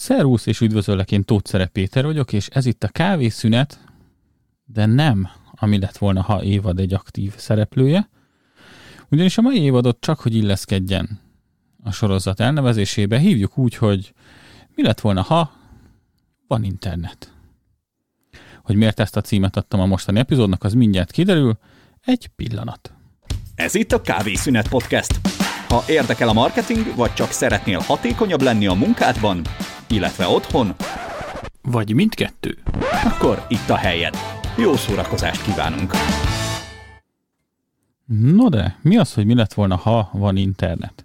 Szervusz, és üdvözöllek, én Tóth Szere Péter vagyok, és ez itt a kávészünet, de nem, ami lett volna, ha évad egy aktív szereplője. Ugyanis a mai évadot csak, hogy illeszkedjen a sorozat elnevezésébe, hívjuk úgy, hogy mi lett volna, ha van internet. Hogy miért ezt a címet adtam a mostani epizódnak, az mindjárt kiderül. Egy pillanat. Ez itt a Kávészünet Podcast. Ha érdekel a marketing, vagy csak szeretnél hatékonyabb lenni a munkádban, illetve otthon, Vagy mindkettő. akkor itt a helyed. Jó szórakozást kívánunk! No de, mi az, hogy mi lett volna, ha van internet?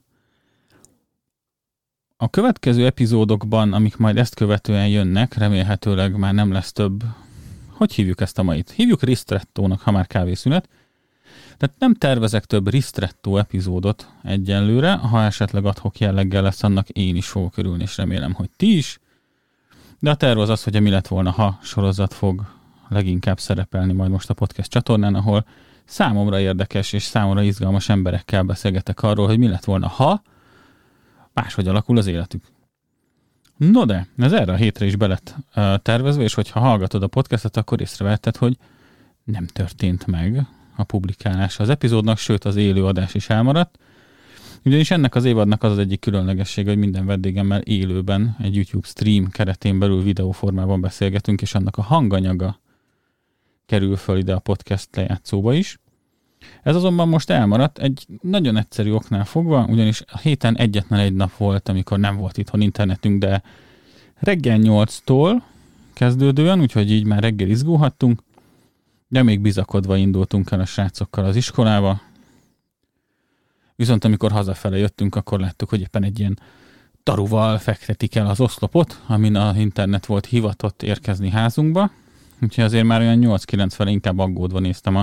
A következő epizódokban, amik majd ezt követően jönnek, remélhetőleg már nem lesz több. Hogy hívjuk ezt a mait? Hívjuk ristrettónak, ha már kávészünet. Tehát nem tervezek több ristrettó epizódot egyenlőre, ha esetleg ad-hoc jelleggel lesz, annak én is fogok örülni, és remélem, hogy ti is. De a terv az, hogy mi lett volna, ha sorozat fog leginkább szerepelni majd most a podcast csatornán, ahol számomra érdekes és számomra izgalmas emberekkel beszélgetek arról, hogy mi lett volna, ha máshogy alakul az életük. No de, ez erre a hétre is be lett tervezve, és hogyha hallgatod a podcastet, akkor észrevetted, hogy nem történt meg a publikálása az epizódnak, sőt az élő adás is elmaradt. Ugyanis ennek az évadnak az egyik különlegessége, hogy minden vendégemmel élőben egy YouTube stream keretén belül videóformában beszélgetünk, és annak a hanganyaga kerül föl ide a podcast lejátszóba is. Ez azonban most elmaradt egy nagyon egyszerű oknál fogva, ugyanis a héten egyetlen egy nap volt, amikor nem volt itthon internetünk, de reggel 8-tól kezdődően, úgyhogy így már reggel izgulhattunk, de még bizakodva indultunk el a srácokkal az iskolába. Viszont amikor hazafele jöttünk, akkor láttuk, hogy éppen egy ilyen taruval fektetik el az oszlopot, amin az internet volt hivatott érkezni házunkba. Úgyhogy azért már olyan 8-9 fele inkább aggódva néztem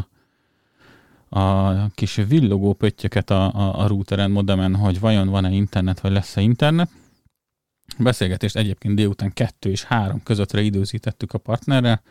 a kis villogó pöttyöket a routeren, modemen, hogy vajon van-e internet, vagy lesz-e internet. A beszélgetést egyébként délután 2 és 3 közöttre időzítettük a partnerrel.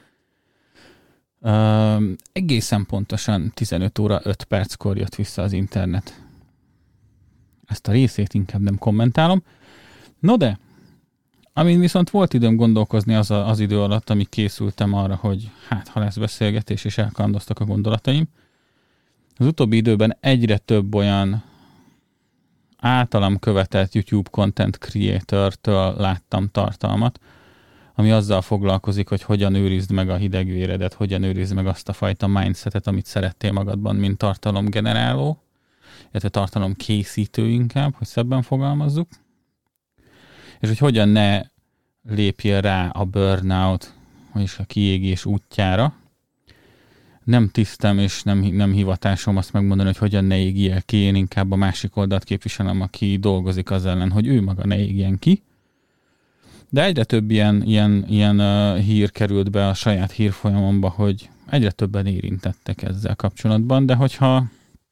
Egészen pontosan 15 óra 5 perckor jött vissza az internet. Ezt a részét inkább nem kommentálom. No de, amin viszont volt időm gondolkozni az idő alatt, amíg készültem arra, hogy hát ha lesz beszélgetés, és elkalandoztak a gondolataim. Az utóbbi időben egyre több olyan általam követett YouTube content creator-től láttam tartalmat, ami azzal foglalkozik, hogy hogyan őrizd meg a hidegvéredet, hogyan őrizd meg azt a fajta mindsetet, amit szerettél magadban, mint tartalomgeneráló, illetve tartalomkészítő inkább, hogy szebben fogalmazzuk, és hogy hogyan ne lépjél rá a burnout, vagyis a kiégés útjára. Nem tisztem és nem hivatásom azt megmondani, hogy hogyan ne égjél ki, én inkább a másik oldalt képviselem, aki dolgozik az ellen, hogy ő maga ne égjen ki. De egyre több ilyen hír került be a saját hírfolyamomba, hogy egyre többen érintettek ezzel kapcsolatban, de hogyha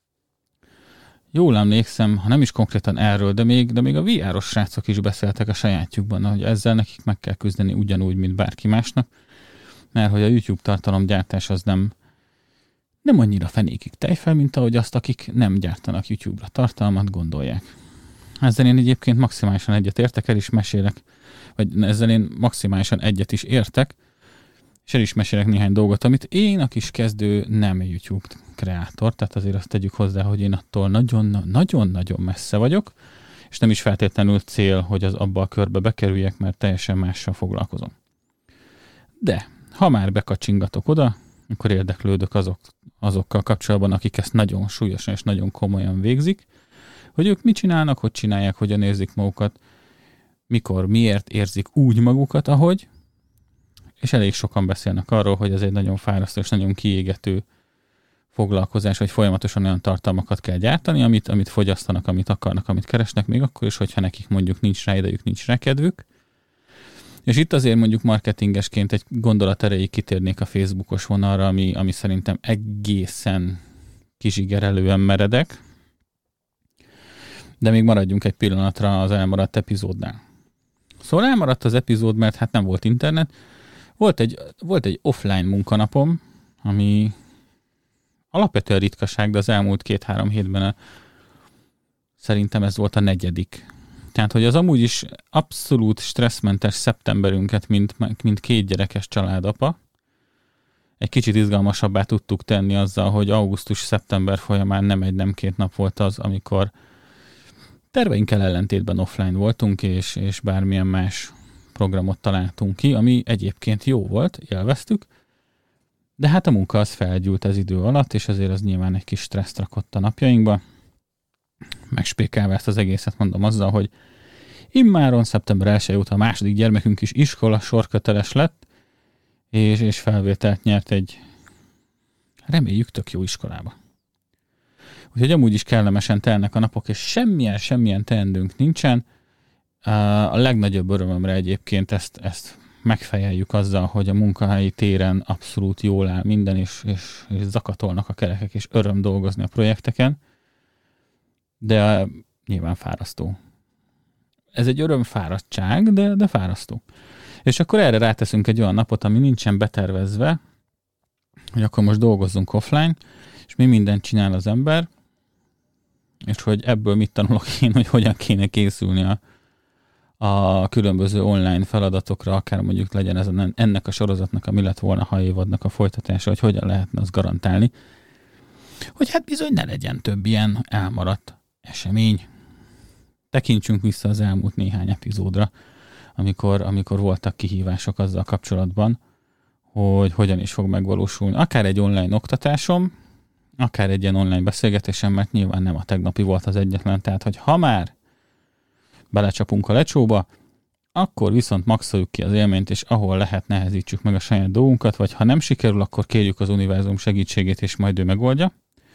jól emlékszem, ha nem is konkrétan erről, de még a VR-os srácok is beszéltek a sajátjukban, hogy ezzel nekik meg kell küzdeni ugyanúgy, mint bárki másnak, mert hogy a YouTube tartalomgyártás az nem annyira fenékig tejfel, mint ahogy azt, akik nem gyártanak YouTube-ra tartalmat, gondolják. Ezzel én egyébként maximálisan egyet értek, el is mesélek, vagy ezzel én maximálisan egyet is értek, és el is mesélek néhány dolgot, amit én, a kis kezdő, nem YouTube kreátor, tehát azért azt tegyük hozzá, hogy én attól nagyon-nagyon messze vagyok, és nem is feltétlenül cél, hogy az abba a körbe bekerüljek, mert teljesen mással foglalkozom. De, ha már bekacsingatok oda, akkor érdeklődök azokkal kapcsolatban, akik ezt nagyon súlyosan és nagyon komolyan végzik, hogy ők mit csinálnak, hogy csinálják, hogyan érzik magukat, mikor, miért érzik úgy magukat, ahogy, és elég sokan beszélnek arról, hogy ez egy nagyon fárasztó és nagyon kiégető foglalkozás, hogy folyamatosan olyan tartalmakat kell gyártani, amit fogyasztanak, amit akarnak, amit keresnek, még akkor is, hogyha nekik mondjuk nincs rá idejük, nincs rá kedvük. És itt azért mondjuk marketingesként egy gondolat erejéig kitérnék a Facebookos vonalra, ami szerintem egészen kizsigerelően meredek, de még maradjunk egy pillanatra az elmaradt epizódnál. Szóval elmaradt az epizód, mert hát nem volt internet. Volt egy offline munkanapom, ami alapvetően ritkaság, de az elmúlt 2-3 hétben szerintem ez volt a 4. Tehát, hogy az amúgy is abszolút stresszmentes szeptemberünket, mint két gyerekes családapa, egy kicsit izgalmasabbá tudtuk tenni azzal, hogy augusztus-szeptember folyamán nem két nap volt az, amikor terveinkkel ellentétben offline voltunk, és bármilyen más programot találtunk ki, ami egyébként jó volt, élveztük, de hát a munka az felgyűlt az idő alatt, és azért az nyilván egy kis stresszt rakott a napjainkba. Megspékálva ezt az egészet mondom azzal, hogy immáron szeptember 1 óta a második gyermekünk is iskola sorköteles lett, és felvételt nyert egy reméljük tök jó iskolába. Úgyhogy amúgy is kellemesen telnek a napok, és semmilyen teendőnk nincsen. A legnagyobb örömömre egyébként ezt megfejeljük azzal, hogy a munkahelyi téren abszolút jól áll minden, és zakatolnak a kerekek, és öröm dolgozni a projekteken, de nyilván fárasztó. Ez egy örömfáradtság, de fárasztó. És akkor erre ráteszünk egy olyan napot, ami nincsen betervezve, hogy akkor most dolgozzunk offline, és mi mindent csinál az ember, és hogy ebből mit tanulok én, hogy hogyan kéne készülni a különböző online feladatokra, akár mondjuk legyen ennek a sorozatnak, ami lett volna ha évadnak a folytatása, hogy hogyan lehetne azt garantálni, hogy hát bizony ne legyen több ilyen elmaradt esemény. Tekintsünk vissza az elmúlt néhány epizódra, amikor voltak kihívások azzal kapcsolatban, hogy hogyan is fog megvalósulni. Akár egy online oktatásom, akár egy ilyen online beszélgetésem, mert nyilván nem a tegnapi volt az egyetlen, tehát hogy ha már belecsapunk a lecsóba, akkor viszont maxoljuk ki az élményt, és ahol lehet, nehezítsük meg a saját dolgunkat, vagy ha nem sikerül, akkor kérjük az univerzum segítségét, és majd ő megoldja.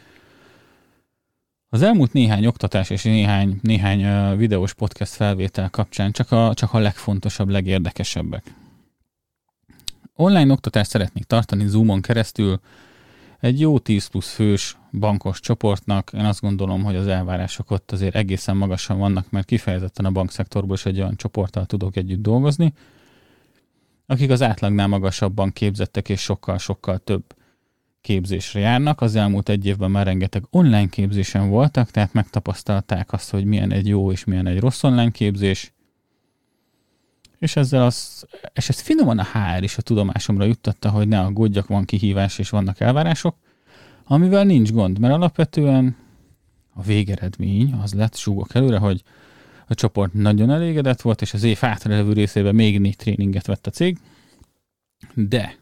Az elmúlt néhány oktatás és néhány videós podcast felvétel kapcsán csak a legfontosabb, legérdekesebbek. Online oktatást szeretnék tartani Zoomon keresztül egy jó 10 plusz fős bankos csoportnak. Én azt gondolom, hogy az elvárások ott azért egészen magasan vannak, mert kifejezetten a bankszektorból is egy olyan csoporttal tudok együtt dolgozni, akik az átlagnál magasabban képzettek és sokkal több képzésre járnak. Az elmúlt egy évben már rengeteg online képzésen voltak, tehát megtapasztalták azt, hogy milyen egy jó és milyen egy rossz online képzés. És ez finoman a HR is a tudomásomra juttatta, hogy ne aggódjak, van kihívás és vannak elvárások, amivel nincs gond, mert alapvetően a végeredmény az lett, súgok előre, hogy a csoport nagyon elégedett volt, és az év hátralévő részében még 4 tréninget vett a cég, de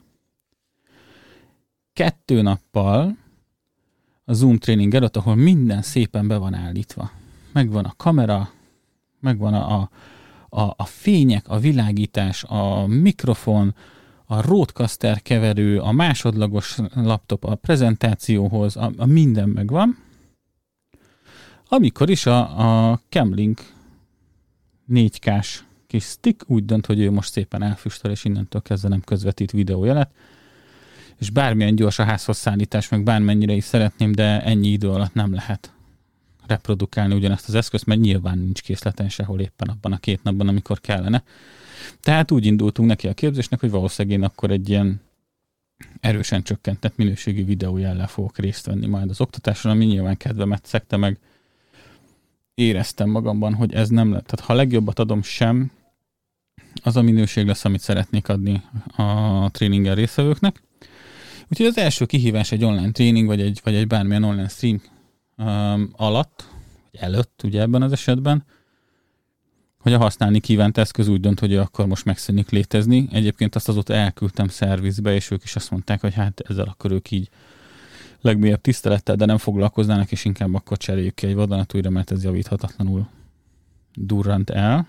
2 nappal a Zoom tréning előtt, ahol minden szépen be van állítva. Megvan a kamera, megvan a fények, a világítás, a mikrofon, a roadcaster keverő, a másodlagos laptop a prezentációhoz, a minden megvan. Amikor is a Camlink 4K-s kis stick úgy dönt, hogy ő most szépen elfüstöl, és innentől kezdve nem közvetít videójelet, és bármilyen gyors a házhoz szállítás, meg bármennyire is szeretném, de ennyi idő alatt nem lehet reprodukálni ugyanezt az eszközt, mert nyilván nincs készleten sehol éppen abban a 2 napban, amikor kellene. Tehát úgy indultunk neki a képzésnek, hogy valószínűleg én akkor egy ilyen erősen csökkentett minőségű videójellel fogok részt venni majd az oktatáson, ami nyilván kedvemet szegte meg. Éreztem magamban, hogy ez nem lett. Tehát ha a legjobbat adom sem, az a minőség lesz, amit szeretnék adni a tréningen résztvevőknek. Úgyhogy az első kihívás egy online tréning, vagy egy bármilyen online stream alatt, vagy előtt, ugye ebben az esetben, hogy a használni kívánt eszköz úgy dönt, hogy akkor most megszűnik létezni. Egyébként azt azóta elküldtem szervizbe, és ők is azt mondták, hogy hát ezzel akkor ők így legmélyebb tisztelettel, de nem foglalkoznának, és inkább akkor cseréljük ki egy vadonatújra, mert ez javíthatatlanul durrant el.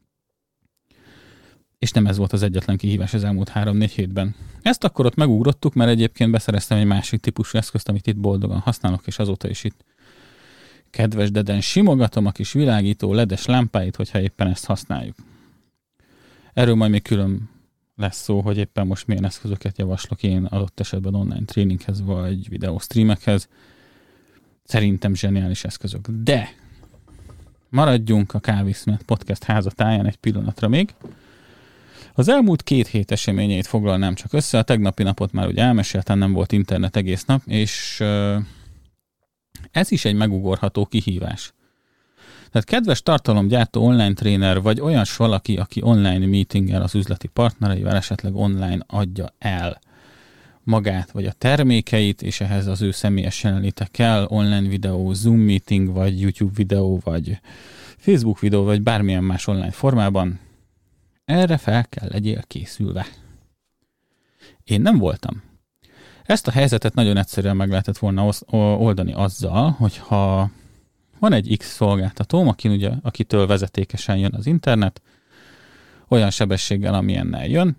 És nem ez volt az egyetlen kihívás az elmúlt 3-4 hétben. Ezt akkor ott megugrottuk, mert egyébként beszereztem egy másik típusú eszközt, amit itt boldogan használok, és azóta is itt kedves deden simogatom a kis világító ledes lámpáit, hogyha éppen ezt használjuk. Erről majd még külön lesz szó, hogy éppen most milyen eszközöket javaslok én adott esetben online tréninghez, vagy videóstreamekhez. Szerintem zseniális eszközök. De maradjunk a Kávészünet podcast házatáján egy pillanatra még. Az elmúlt 2 hét eseményeit foglalnám csak össze, a tegnapi napot már ugye elmeséltem, nem volt internet egész nap, és ez is egy megugorható kihívás. Tehát kedves tartalomgyártó online tréner, vagy olyas valaki, aki online meetinggel az üzleti partnereivel esetleg online adja el magát, vagy a termékeit, és ehhez az ő személyes jelenléte kell, online videó, Zoom meeting, vagy YouTube videó, vagy Facebook videó, vagy bármilyen más online formában. Erre fel kell legyél készülve. Én nem voltam. Ezt a helyzetet nagyon egyszerűen meg lehetett volna oldani azzal, hogyha van egy X szolgáltatóm, akitől vezetékesen jön az internet, olyan sebességgel, amilyennel jön,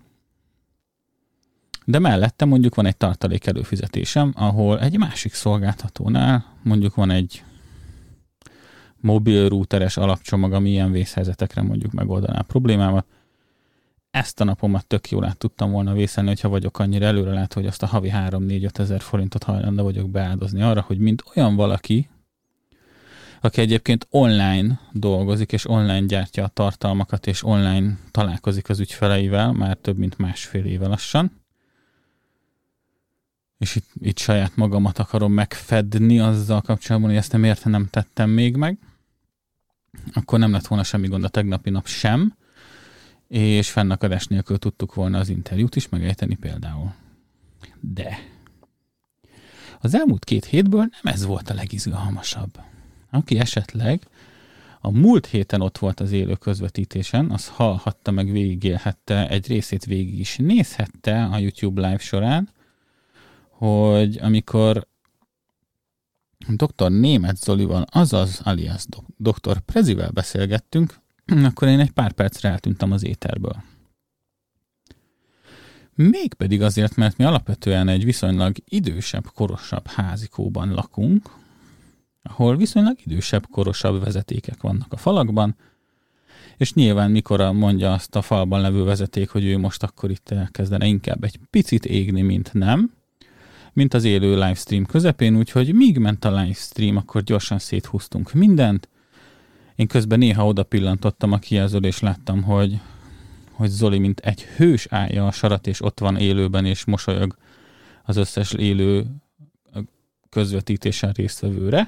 de mellette mondjuk van egy tartalék előfizetésem, ahol egy másik szolgáltatónál mondjuk van egy mobil routeres alapcsomag, ami ilyen vészhelyzetekre mondjuk megoldaná a problémámat. Ezt a napomat tök jól át tudtam volna vészelni, hogyha vagyok annyira előrelátó, hogy azt a havi 3-4-5 ezer forintot hajlandó vagyok beáldozni arra, hogy mint olyan valaki, aki egyébként online dolgozik, és online gyártja a tartalmakat, és online találkozik az ügyfeleivel, már több mint másfél éve lassan, és itt saját magamat akarom megfedni azzal kapcsolatban, hogy ezt nem tettem még meg, akkor nem lett volna semmi gond a tegnapi nap sem, és fennakadás nélkül tudtuk volna az interjút is megejteni például. De az elmúlt 2 hétből nem ez volt a legizgalmasabb. Aki esetleg a múlt héten ott volt az élő közvetítésen, az hallhatta meg, végigélhette, egy részét végig is nézhette a YouTube live során, hogy amikor dr. Németh Zolival, azaz alias dr. Prezivel beszélgettünk, akkor én egy pár percre eltűntem az éterből. Mégpedig azért, mert mi alapvetően egy viszonylag idősebb, korosabb házikóban lakunk, ahol viszonylag idősebb, korosabb vezetékek vannak a falakban, és nyilván mikor mondja azt a falban levő vezeték, hogy ő most akkor itt elkezdene inkább egy picit égni, mint nem, mint az élő livestream közepén, úgyhogy míg ment a livestream, akkor gyorsan széthúztunk mindent. Én közben néha oda pillantottam a kijelzőre, és láttam, hogy Zoli mint egy hős állja a sarat, és ott van élőben, és mosolyog az összes élő közvetítésen résztvevőre.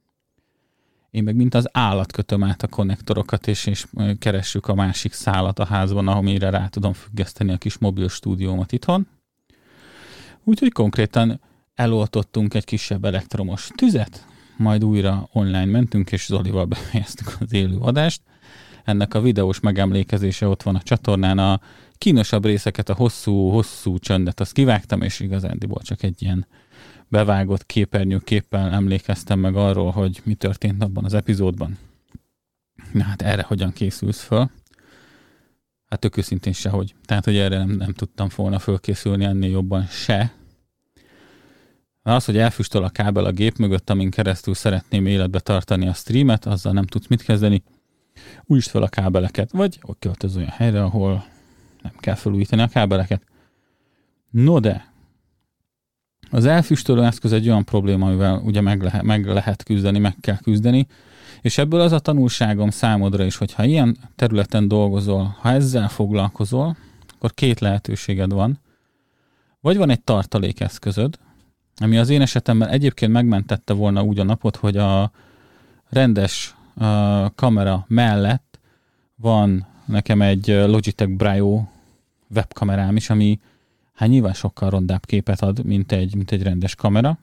Én meg mint az állat kötöm át a konnektorokat, és keressük a másik szálat a házban, amire rá tudom függeszteni a kis mobil stúdiómat itthon. Úgyhogy konkrétan eloltottunk egy kisebb elektromos tüzet, majd újra online mentünk, és Zolival befejeztük az élő adást. Ennek a videós megemlékezése ott van a csatornán. A kínosabb részeket, a hosszú csöndet, azt kivágtam, és igazándiból csak egy ilyen bevágott képernyőképpel emlékeztem meg arról, hogy mi történt abban az epizódban. Na hát erre hogyan készülsz föl? Hát tök őszintén sehogy. Tehát, hogy erre nem tudtam volna fölkészülni ennél jobban se. Az, hogy elfüstöl a kábel a gép mögött, amin keresztül szeretném életbe tartani a streamet, azzal nem tudsz mit kezdeni. Újítsd fel a kábeleket, vagy költöz olyan helyre, ahol nem kell felújítani a kábeleket. No de, az elfüstölő eszköz egy olyan probléma, amivel ugye meg lehet küzdeni, meg kell küzdeni, és ebből az a tanulságom számodra is, hogy ha ilyen területen dolgozol, ha ezzel foglalkozol, akkor 2 lehetőséged van. Vagy van egy tartalékeszközöd, ami az én esetemben egyébként megmentette volna úgy a napot, hogy a rendes kamera mellett van nekem egy Logitech Brio webkamerám is, ami hát nyilván sokkal rondább képet ad, mint egy rendes kamera,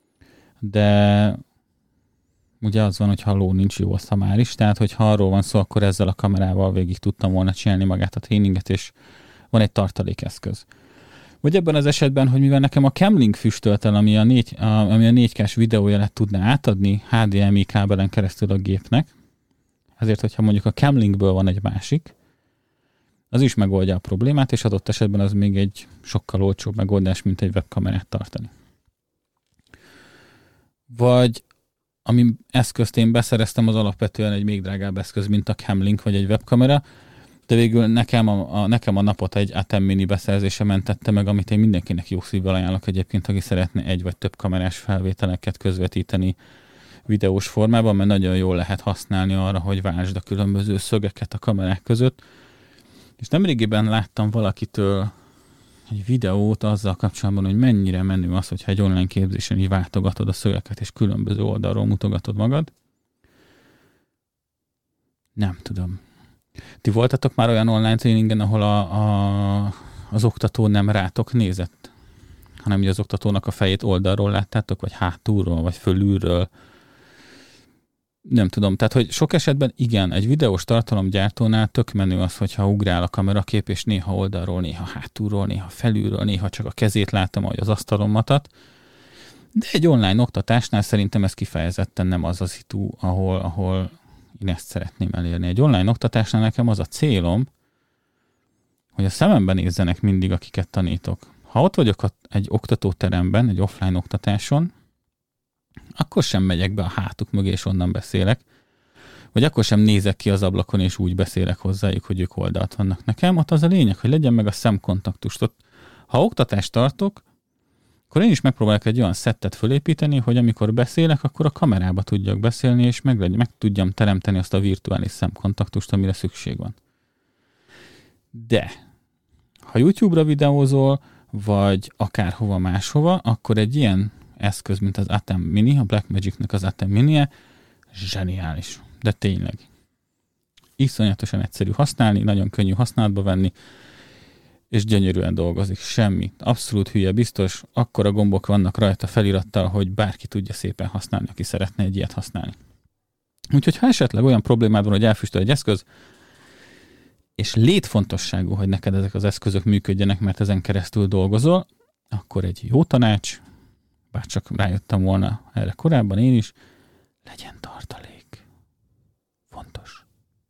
de ugye az van, hogy ha ló nincs, jó a már is, tehát hogyha arról van szó, akkor ezzel a kamerával végig tudtam volna csinálni magát a tréninget, és van egy tartalékeszköz. Vagy ebben az esetben, hogy mivel nekem a Camlink füstölt el, ami a 4K-s videójelet tudná átadni HDMI kábelen keresztül a gépnek, ezért, hogyha mondjuk a Camlinkből van egy másik, az is megoldja a problémát, és adott esetben az még egy sokkal olcsóbb megoldás, mint egy webkamerát tartani. Vagy ami eszközt én beszereztem, az alapvetően egy még drágább eszköz, mint a Camlink vagy egy webkamera, de végül nekem a napot egy ATEM Mini beszerzése mentette meg, amit én mindenkinek jó szívvel ajánlok egyébként, aki szeretne egy vagy több kamerás felvételeket közvetíteni videós formában, mert nagyon jól lehet használni arra, hogy váltsd a különböző szögeket a kamerák között. És nemrégiben láttam valakitől egy videót azzal kapcsolatban, hogy mennyire menő az, hogyha egy online képzésen így váltogatod a szögeket, és különböző oldalról mutogatod magad. Nem tudom. Ti voltatok már olyan online tréningen, ahol az oktató nem rátok nézett, hanem ugye az oktatónak a fejét oldalról láttátok, vagy hátulról, vagy fölülről. Nem tudom. Tehát, hogy sok esetben igen, egy videós tartalomgyártónál tök menő az, hogyha ugrál a kamerakép, és néha oldalról, néha hátulról, néha felülről, néha csak a kezét látom, ahogy az asztalon matat. De egy online oktatásnál szerintem ez kifejezetten nem az a szitu, ahol én ezt szeretném elérni. Egy online oktatásnál nekem az a célom, hogy a szememben nézzenek mindig, akiket tanítok. Ha ott vagyok egy oktatóteremben, egy offline oktatáson, akkor sem megyek be a hátuk mögé, és onnan beszélek, vagy akkor sem nézek ki az ablakon, és úgy beszélek hozzájuk, hogy ők oldalt vannak. Nekem ott az a lényeg, hogy legyen meg a szemkontaktust. Ha oktatást tartok, akkor én is megpróbálok egy olyan szettet fölépíteni, hogy amikor beszélek, akkor a kamerába tudjak beszélni, és meg tudjam teremteni azt a virtuális szemkontaktust, amire szükség van. De ha YouTube-ra videózol, vagy akárhova máshova, akkor egy ilyen eszköz, mint az Atem Mini, a Blackmagicnek az Atem Mini-je, zseniális. De tényleg. Iszonyatosan egyszerű használni, nagyon könnyű használatba venni, és gyönyörűen dolgozik. Semmi. Abszolút hülye, biztos. Akkora gombok vannak rajta felirattal, hogy bárki tudja szépen használni, aki szeretne egy ilyet használni. Úgyhogy ha esetleg olyan problémád van, hogy elfüstöl egy eszköz, és létfontosságú, hogy neked ezek az eszközök működjenek, mert ezen keresztül dolgozol, akkor egy jó tanács, bár csak rájöttem volna erre korábban én is, legyen tartalék. Fontos.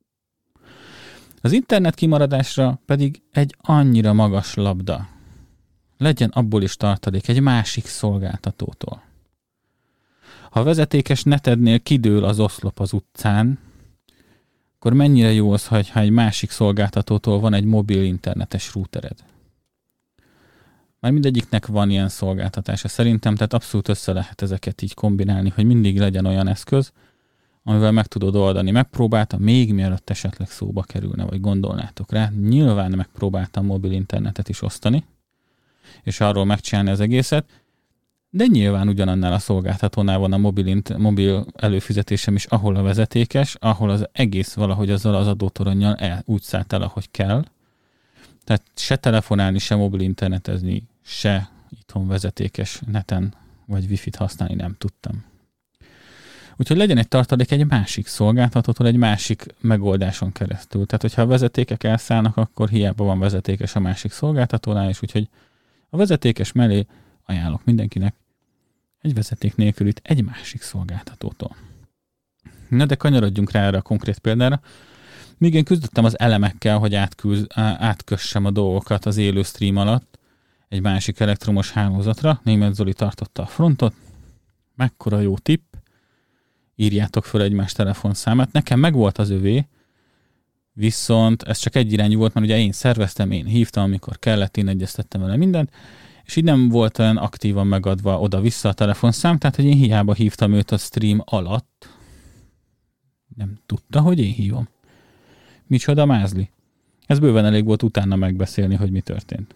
Az internet kimaradásra pedig egy annyira magas labda. Legyen abból is tartalék egy másik szolgáltatótól. Ha a vezetékes netednél kidől az oszlop az utcán, akkor mennyire jó az, ha egy másik szolgáltatótól van egy mobil internetes routered. Már mindegyiknek van ilyen szolgáltatása szerintem, tehát abszolút össze lehet ezeket így kombinálni, hogy mindig legyen olyan eszköz, amivel meg tudod oldani. Megpróbáltam, még mielőtt esetleg szóba kerülne, vagy gondolnátok rá, nyilván megpróbáltam mobil internetet is osztani, és arról megcsinálni az egészet, de nyilván ugyanannál a szolgáltatónál van a mobil előfizetésem is, ahol a vezetékes, ahol az egész valahogy azzal az adótoronnyal úgy szállt el, ahogy kell. Tehát se telefonálni, se mobil internetezni, se itthon vezetékes neten vagy wifi-t használni nem tudtam. Úgyhogy legyen egy tartalék egy másik szolgáltatótól, egy másik megoldáson keresztül. Tehát, hogyha a vezetékek elszállnak, akkor hiába van vezetékes a másik szolgáltatónál is, úgyhogy a vezetékes mellé ajánlok mindenkinek egy vezeték nélkülit egy másik szolgáltatótól. Na de kanyarodjunk rá erre a konkrét példára. Míg én küzdöttem az elemekkel, hogy átkössem a dolgokat az élő stream alatt egy másik elektromos hálózatra, Németh Zoli tartotta a frontot. Mekkora jó tipp, írjátok föl egymás telefonszámát. Nekem megvolt az övé, viszont ez csak egyirányú volt, mert ugye én szerveztem, én hívtam, amikor kellett, én egyeztettem vele mindent, és így nem volt olyan aktívan megadva oda-vissza a telefonszám, tehát hogy én hiába hívtam őt a stream alatt, nem tudta, hogy én hívom. Micsoda mázli. Ez bőven elég volt utána megbeszélni, hogy mi történt.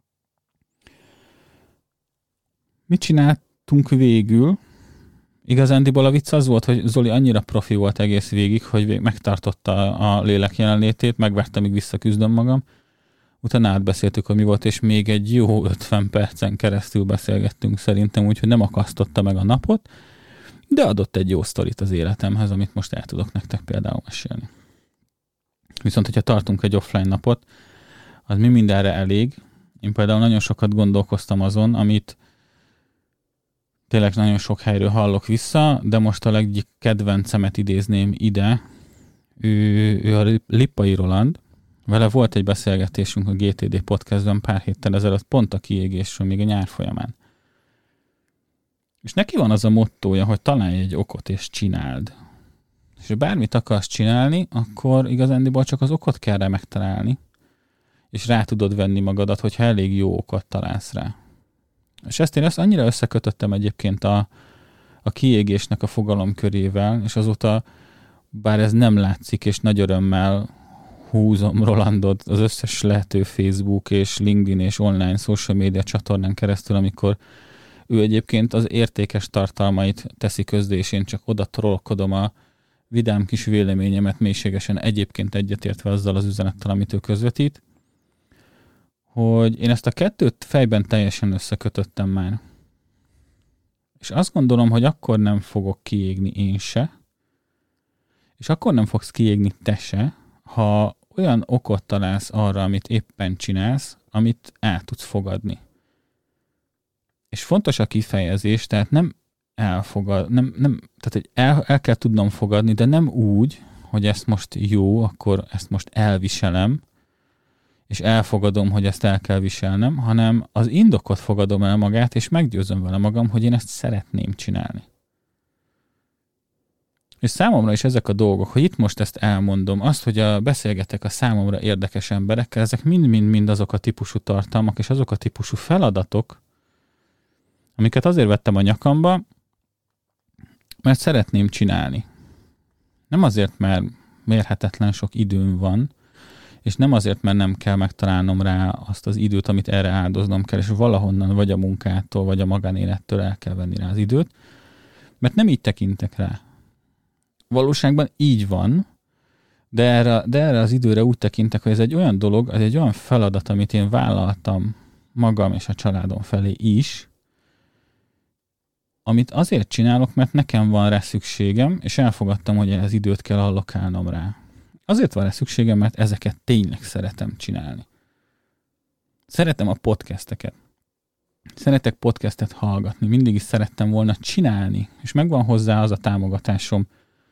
Mit csináltunk végül? Igazándiból a vicc az volt, hogy Zoli annyira profi volt egész végig, hogy megtartotta a lélek jelenlétét, megvárta, míg visszaküzdöm magam. Utána átbeszéltük, hogy mi volt, és még egy jó 50 percen keresztül beszélgettünk szerintem, úgyhogy nem akasztotta meg a napot, de adott egy jó sztorit az életemhez, amit most el tudok nektek például mesélni. Viszont, hogyha tartunk egy offline napot, az mi mindenre elég. Én például nagyon sokat gondolkoztam azon, amit tényleg nagyon sok helyről hallok vissza, de most a leggyik kedvencemet idézném ide. Ő a Lippai Roland. Vele volt egy beszélgetésünk a GTD podcastben pár héttel ezelőtt, pont a kiégésről, még a nyár folyamán. És neki van az a mottója, hogy találj egy okot és csináld. És ha bármit akarsz csinálni, akkor igazándiból csak az okot kell rá megtalálni, és rá tudod venni magadat, hogyha elég jó okot találsz rá. És ezt én annyira összekötöttem egyébként a kiégésnek a fogalomkörével, és azóta, bár ez nem látszik, és nagy örömmel húzom Rolandot az összes lehető Facebook és LinkedIn és online social media csatornán keresztül, amikor ő egyébként az értékes tartalmait teszi közzé, és én csak oda trollkodom a vidám kis véleményemet mélységesen egyébként egyetértve azzal az üzenettel, amit ő közvetít, hogy én ezt a kettőt fejben teljesen összekötöttem már. És azt gondolom, hogy akkor nem fogok kiégni én se, és akkor nem fogsz kiégni te se, ha olyan okot találsz arra, amit éppen csinálsz, amit el tudsz fogadni. És fontos a kifejezés, tehát nem elfogad, tehát hogy el kell tudnom fogadni, de nem úgy, hogy ezt most jó, akkor ezt most elviselem, és elfogadom, hogy ezt el kell viselnem, hanem az indokot fogadom el magát, és meggyőzöm vele magam, hogy én ezt szeretném csinálni. És számomra is ezek a dolgok, hogy itt most ezt elmondom, azt, hogy beszélgetek a számomra érdekes emberekkel, ezek mind-mind azok a típusú tartalmak, és azok a típusú feladatok, amiket azért vettem a nyakamba, mert szeretném csinálni. Nem azért, mert mérhetetlen sok időm van, és nem azért, mert nem kell megtalálnom rá azt az időt, amit erre áldoznom kell, és valahonnan vagy a munkától, vagy a magánélettől el kell venni rá az időt, mert nem így tekintek rá. Valóságban így van, de erre az időre úgy tekintek, hogy ez egy olyan dolog, ez egy olyan feladat, amit én vállaltam magam és a családom felé is, amit azért csinálok, mert nekem van rá szükségem, és elfogadtam, hogy az időt kell allokálnom rá. Azért van rá szükségem, mert ezeket tényleg szeretem csinálni. Szeretem a podcasteket. Szeretek podcastet hallgatni. Mindig is szerettem volna csinálni, és megvan hozzá az a támogatásom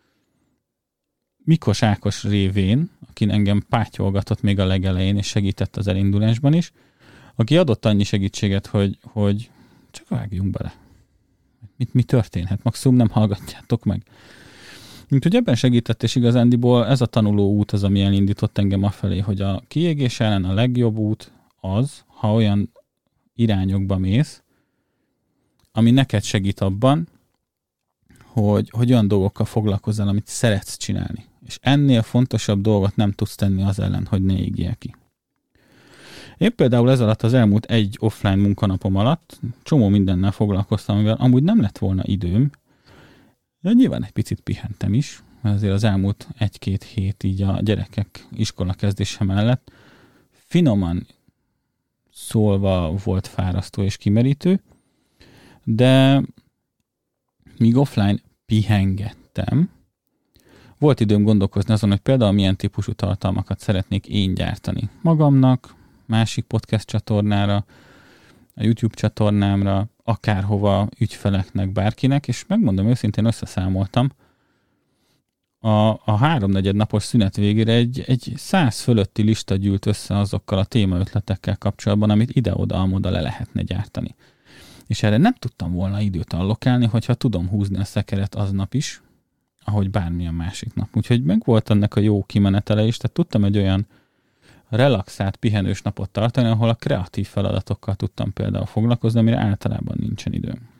Mikos Ákos révén, aki engem pátyolgatott még a legelején, és segített az elindulásban is, aki adott annyi segítséget, hogy csak vágjunk bele. Mi történhet? Maximum nem hallgatjátok meg. Úgyhogy ebben segített, és igazándiból ez a tanuló út az, ami elindított engem afelé, hogy a kiégés ellen a legjobb út az, ha olyan irányokba mész, ami neked segít abban, hogy olyan dolgokkal foglalkozzál, amit szeretsz csinálni. És ennél fontosabb dolgot nem tudsz tenni az ellen, hogy ne égjél ki. Én például ez alatt az elmúlt egy offline munkanapom alatt csomó mindennel foglalkoztam, amivel amúgy nem lett volna időm. De nyilván egy picit pihentem is, mert azért az elmúlt 1-2 hét így a gyerekek iskola kezdése mellett finoman szólva volt fárasztó és kimerítő, de míg offline pihengettem, volt időm gondolkozni azon, hogy például milyen típusú tartalmakat szeretnék én gyártani magamnak, másik podcast csatornára, a YouTube csatornámra, akárhova, ügyfeleknek, bárkinek, és megmondom őszintén, összeszámoltam, a 3-4 napos szünet végére egy 100 fölötti lista gyűlt össze azokkal a témaötletekkel kapcsolatban, amit ide-oda-amoda le lehetne gyártani. És erre nem tudtam volna időt allokálni, hogyha tudom húzni a szekeret aznap is, ahogy bármilyen másik nap. Úgyhogy meg volt ennek a jó kimenetele is, tehát tudtam egy olyan relaxált, pihenős napot tartani, ahol a kreatív feladatokkal tudtam például foglalkozni, amire általában nincsen időm.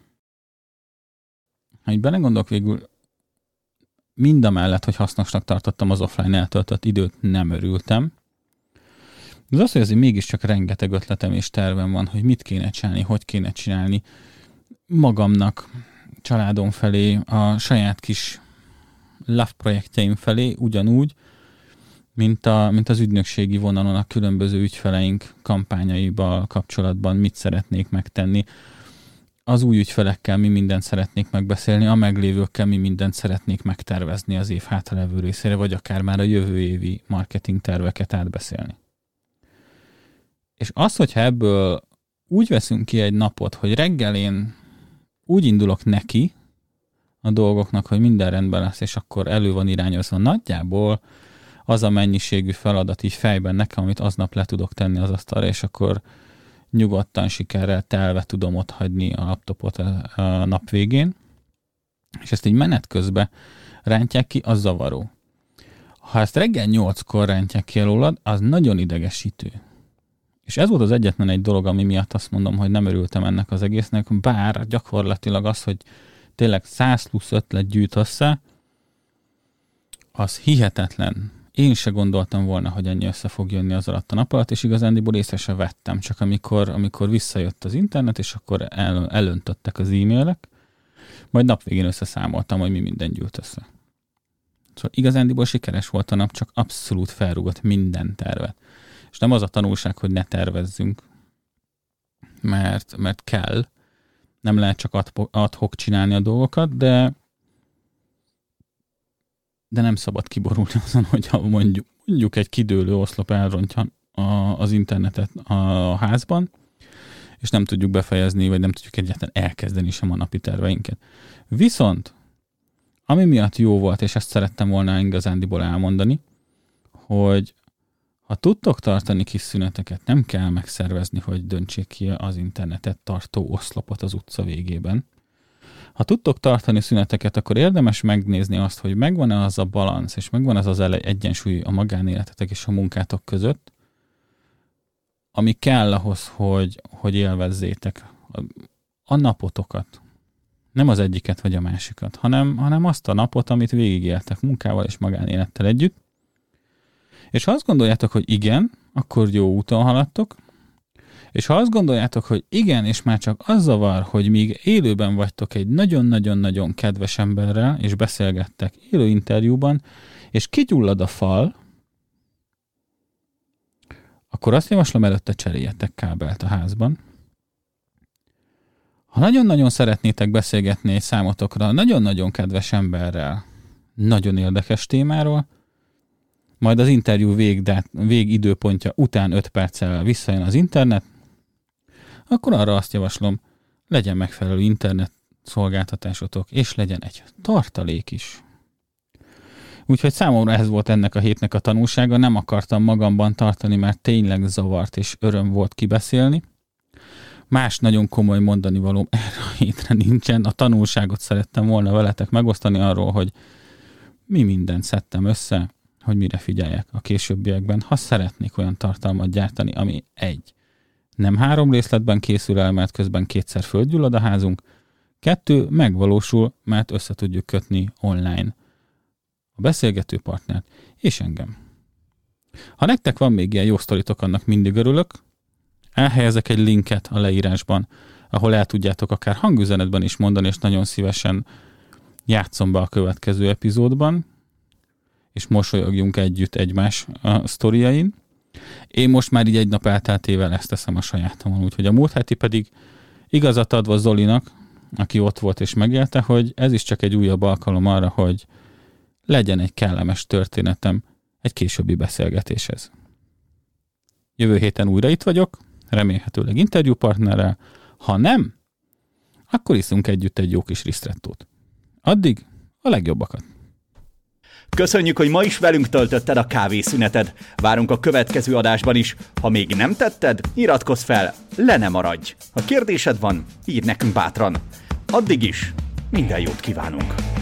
Ha így belegondolok végül, mindamellett, hogy hasznosnak tartottam az offline eltöltött időt, nem örültem. De az, hogy azért mégiscsak rengeteg ötletem és tervem van, hogy mit kéne csinálni, hogy kéne csinálni magamnak, családom felé, a saját kis love projektjeim felé, ugyanúgy, mint az ügynökségi vonalon a különböző ügyfeleink kampányaival kapcsolatban mit szeretnék megtenni. Az új ügyfelekkel mi mindent szeretnék megbeszélni, a meglévőkkel mi mindent szeretnék megtervezni az év hátralevő részére, vagy akár már a jövő évi marketing terveket átbeszélni. És az, hogyha ebből úgy veszünk ki egy napot, hogy reggel én úgy indulok neki a dolgoknak, hogy minden rendben lesz, és akkor elő van irányozva nagyjából az a mennyiségű feladat így fejben nekem, amit aznap le tudok tenni az asztalra, és akkor nyugodtan, sikerrel telve tudom otthagyni a laptopot a nap végén, és ezt így menet közben rántják ki, az zavaró. Ha ezt reggel 8-kor rántják ki alólad, az nagyon idegesítő. És ez volt az egyetlen egy dolog, ami miatt azt mondom, hogy nem örültem ennek az egésznek, bár gyakorlatilag az, hogy tényleg 100 plusz ötlet gyűjt össze, az hihetetlen. Én se gondoltam volna, hogy ennyi össze fog jönni az alatt a nap alatt, és igazándiból észre se vettem, csak amikor visszajött az internet, és akkor elöntöttek az e-mailek, majd nap végén összeszámoltam, hogy mi minden gyűlt össze. Szóval igazándiból sikeres volt a nap, csak abszolút felrúgott minden tervet. És nem az a tanulság, hogy ne tervezzünk, mert kell. Nem lehet csak ad hoc csinálni a dolgokat, de nem szabad kiborulni azon, hogyha mondjuk egy kidőlő oszlop elrontja az internetet a házban, és nem tudjuk befejezni, vagy nem tudjuk egyáltalán elkezdeni sem a napi terveinket. Viszont, ami miatt jó volt, és ezt szerettem volna igazándiból elmondani, hogy ha tudtok tartani kis szüneteket, nem kell megszervezni, hogy döntsék ki az internetet tartó oszlopot az utca végében. Ha tudtok tartani szüneteket, akkor érdemes megnézni azt, hogy megvan-e az a balansz, és megvan az egyensúly a magánéletetek és a munkátok között, ami kell ahhoz, hogy élvezzétek a napotokat. Nem az egyiket vagy a másikat, hanem azt a napot, amit végigéltek munkával és magánélettel együtt. És ha azt gondoljátok, hogy igen, akkor jó úton haladtok, és ha azt gondoljátok, hogy igen, és már csak az zavar, hogy míg élőben vagytok egy nagyon-nagyon-nagyon kedves emberrel, és beszélgettek élő interjúban, és kigyullad a fal, akkor azt javaslom, előtte cseréljetek kábelt a házban. Ha nagyon-nagyon szeretnétek beszélgetni egy számotokra nagyon-nagyon kedves emberrel, nagyon érdekes témáról, majd az interjú végidőpontja után 5 perccel visszajön az internet, akkor arra azt javaslom, legyen megfelelő internet szolgáltatásotok, és legyen egy tartalék is. Úgyhogy számomra ez volt ennek a hétnek a tanulsága, nem akartam magamban tartani, mert tényleg zavart és öröm volt kibeszélni. Más nagyon komoly mondanivalóm erre a hétre nincsen. A tanulságot szerettem volna veletek megosztani arról, hogy mi mindent szedtem össze, hogy mire figyeljek a későbbiekben, ha szeretnék olyan tartalmat gyártani, ami nem 3 részletben készül el, mert közben 2-szer földgyullad a házunk, 2 megvalósul, mert össze tudjuk kötni online a beszélgető partnert és engem. Ha nektek van még ilyen jó sztoritok, annak mindig örülök. Elhelyezek egy linket a leírásban, ahol el tudjátok akár hangüzenetben is mondani, és nagyon szívesen játszom be a következő epizódban, és mosolyogjunk együtt egymás a sztoriain. Én most már így egy nap elteltével ezt teszem a sajátomon, úgyhogy a múlt heti pedig igazat adva Zolinak, aki ott volt és megélte, hogy ez is csak egy újabb alkalom arra, hogy legyen egy kellemes történetem egy későbbi beszélgetéshez. Jövő héten újra itt vagyok, remélhetőleg interjúpartnerrel, ha nem, akkor iszunk együtt egy jó kis ristrettót. Addig a legjobbakat! Köszönjük, hogy ma is velünk töltötted a kávészüneted. Várunk a következő adásban is. Ha még nem tetted, iratkozz fel, le ne maradj. Ha kérdésed van, írd nekünk bátran. Addig is minden jót kívánunk!